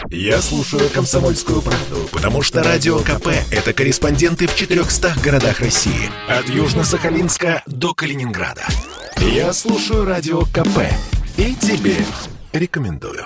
Я слушаю «Комсомольскую правду», потому что Радио КП – это корреспонденты в 400 городах России. От Южно-Сахалинска до Калининграда. Я слушаю Радио КП и тебе рекомендую.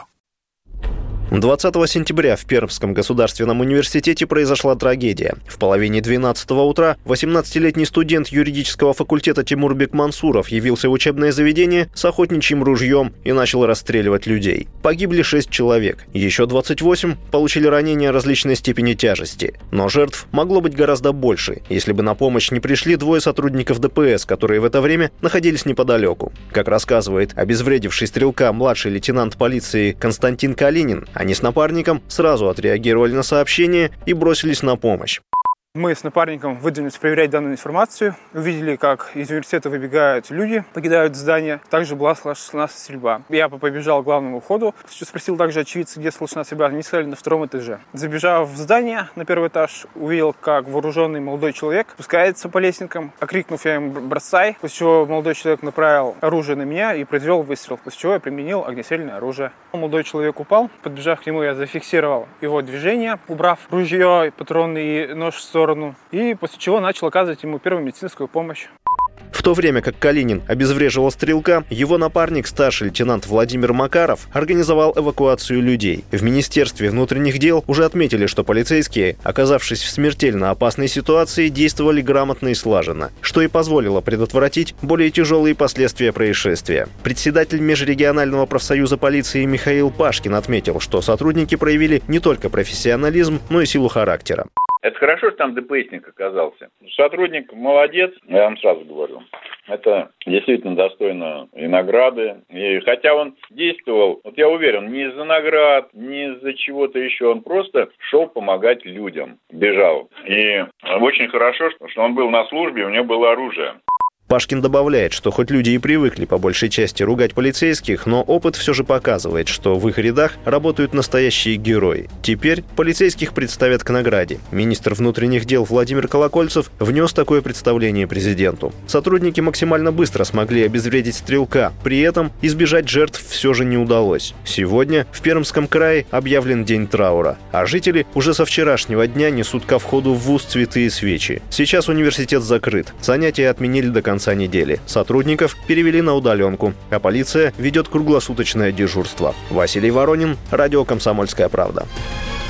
20 сентября в Пермском государственном университете произошла трагедия. В половине 12 утра 18-летний студент юридического факультета Тимур Бекмансуров явился в учебное заведение с охотничьим ружьем и начал расстреливать людей. Погибли 6 человек. Еще 28 получили ранения различной степени тяжести. Но жертв могло быть гораздо больше, если бы на помощь не пришли двое сотрудников ДПС, которые в это время находились неподалеку. Как рассказывает обезвредивший стрелка младший лейтенант полиции Константин Калинин, они с напарником сразу отреагировали на сообщение и бросились на помощь. Мы с напарником выдвинулись проверять данную информацию. Увидели, как из университета выбегают люди, покидают здание. Также была слышна стрельба. Я побежал к главному входу. Спросил также очевидца, где слышна стрельба. Они сказали, на 2-м этаже. Забежав в здание на 1-й этаж, увидел, как вооруженный молодой человек спускается по лестницам. Окрикнув, я ему «бросай», после чего молодой человек направил оружие на меня и произвел выстрел, после чего я применил огнестрельное оружие. Молодой человек упал. Подбежав к нему, я зафиксировал его движение, убрав ружье, патроны и нож в сторону. И после чего начал оказывать ему первую медицинскую помощь. В то время как Калинин обезвреживал стрелка, его напарник, старший лейтенант Владимир Макаров, организовал эвакуацию людей. В Министерстве внутренних дел уже отметили, что полицейские, оказавшись в смертельно опасной ситуации, действовали грамотно и слаженно, что и позволило предотвратить более тяжелые последствия происшествия. Председатель Межрегионального профсоюза полиции Михаил Пашкин отметил, что сотрудники проявили не только профессионализм, но и силу характера. Это хорошо, что там ДПСник оказался. Сотрудник молодец, я вам сразу говорю. Это действительно достойно и награды. И хотя он действовал, вот я уверен, не из-за наград, не из-за чего-то еще. Он просто шел помогать людям, бежал. И очень хорошо, что он был на службе, у него было оружие. Пашкин добавляет, что хоть люди и привыкли по большей части ругать полицейских, но опыт все же показывает, что в их рядах работают настоящие герои. Теперь полицейских представят к награде. Министр внутренних дел Владимир Колокольцев внес такое представление президенту. Сотрудники максимально быстро смогли обезвредить стрелка, при этом избежать жертв все же не удалось. Сегодня в Пермском крае объявлен день траура, а жители уже со вчерашнего дня несут ко входу в вуз цветы и свечи. Сейчас университет закрыт, занятия отменили до конца недели. Сотрудников перевели на удаленку, а полиция ведет круглосуточное дежурство. Василий Воронин, радио «Комсомольская правда».